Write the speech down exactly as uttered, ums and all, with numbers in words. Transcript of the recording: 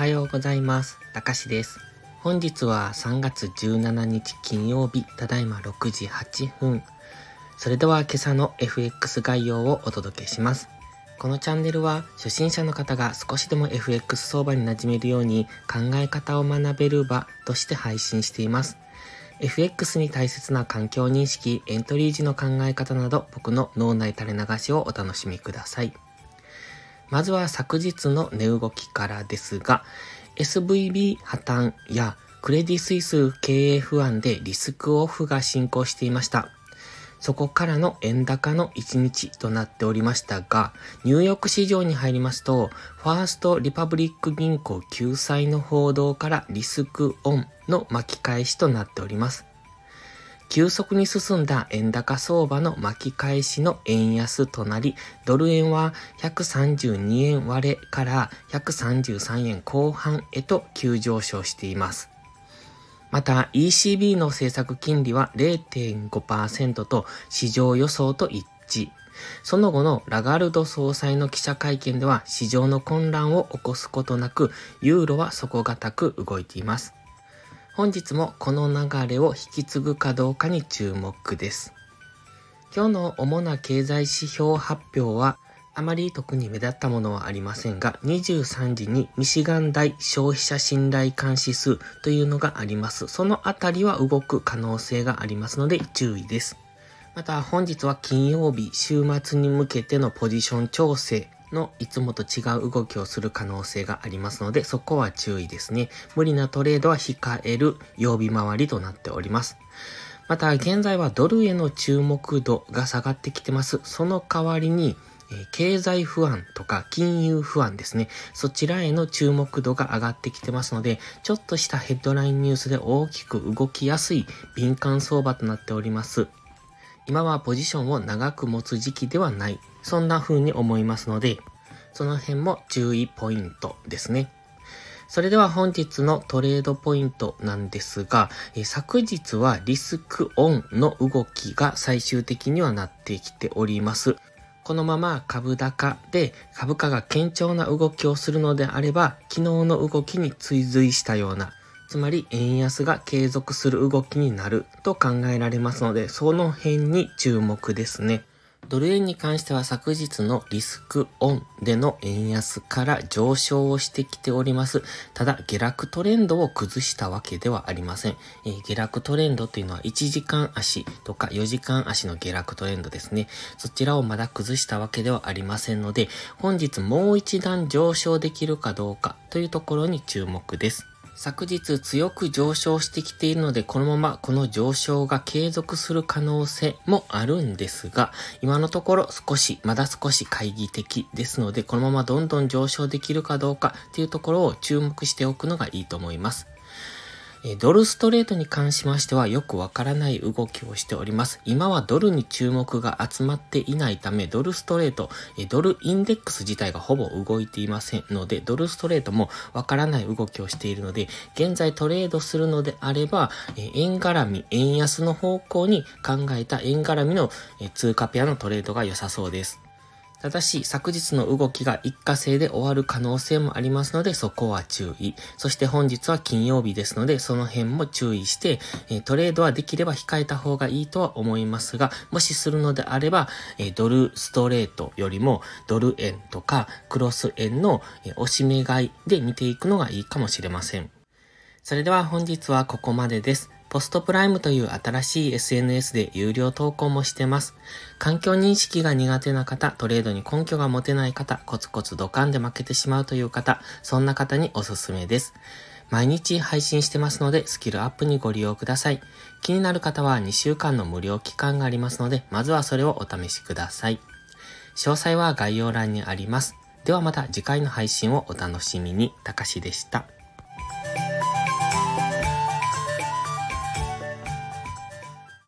はようございます。たかしです。本日はさんがつじゅうしちにち金曜日、ただいまろくじはっぷん。それでは今朝の エフエックス 概要をお届けします。このチャンネルは初心者の方が少しでも エフエックス 相場に馴染めるように考え方を学べる場として配信しています。エフエックス に大切な環境認識、エントリー時の考え方など僕の脳内垂れ流しをお楽しみください。まずは昨日の値動きからですが、エスブイビー 破綻やクレディスイス経営不安でリスクオフが進行していました。そこからの円高の一日となっておりましたが、ニューヨーク市場に入りますと、ファーストリパブリック銀行救済の報道からリスクオンの巻き返しとなっております。急速に進んだ円高相場の巻き返しの円安となり、ドル円はひゃくさんじゅうにえん割れからひゃくさんじゅうさんえんこう半へと急上昇しています。また イーシービー の政策金利は れいてんごパーセント と市場予想と一致。その後のラガルド総裁の記者会見では市場の混乱を起こすことなく、ユーロは底堅く動いています。本日もこの流れを引き継ぐかどうかに注目です。今日の主な経済指標発表はあまり特に目立ったものはありませんが、にじゅうさんじにミシガン大消費者信頼感指数というのがあります。そのあたりは動く可能性がありますので注意です。また本日は金曜日、週末に向けてのポジション調整のいつもと違う動きをする可能性がありますので、そこは注意ですね。無理なトレードは控える曜日回りとなっております。また現在はドルへの注目度が下がってきてます。その代わりに経済不安とか金融不安ですね。そちらへの注目度が上がってきてますので、ちょっとしたヘッドラインニュースで大きく動きやすい敏感相場となっております。今はポジションを長く持つ時期ではない。そんな風に思いますので、その辺も注意ポイントですね。それでは本日のトレードポイントなんですが、え昨日はリスクオンの動きが最終的にはなってきております。このまま株高で株価が堅調な動きをするのであれば、昨日の動きに追随したような、つまり円安が継続する動きになると考えられますので、その辺に注目ですね。ドル円に関しては昨日のリスクオンでの円安から上昇をしてきております。ただ下落トレンドを崩したわけではありません。えー、下落トレンドというのはいちじかん足とかよじかん足の下落トレンドですね。そちらをまだ崩したわけではありませんので、本日もう一段上昇できるかどうかというところに注目です。昨日強く上昇してきているので、このままこの上昇が継続する可能性もあるんですが、今のところ少し、まだ少し懐疑的ですので、このままどんどん上昇できるかどうかというところを注目しておくのがいいと思います。ドルストレートに関しましてはよくわからない動きをしております。今はドルに注目が集まっていないため、ドルストレート、ドルインデックス自体がほぼ動いていませんので、ドルストレートもわからない動きをしているので、現在トレードするのであれば、円絡み、円安の方向に考えた円絡みの通貨ペアのトレードが良さそうです。ただし、昨日の動きが一過性で終わる可能性もありますので、そこは注意。そして本日は金曜日ですので、その辺も注意して、トレードはできれば控えた方がいいとは思いますが、もしするのであれば、ドルストレートよりもドル円とかクロス円の押し目買いで見ていくのがいいかもしれません。それでは本日はここまでです。ポストプライムという新しい エスエヌエス で有料投稿もしてます。環境認識が苦手な方、トレードに根拠が持てない方、コツコツドカンで負けてしまうという方、そんな方におすすめです。毎日配信してますのでスキルアップにご利用ください。気になる方はにしゅうかんの無料期間がありますので、まずはそれをお試しください。詳細は概要欄にあります。ではまた次回の配信をお楽しみに。たかしでした。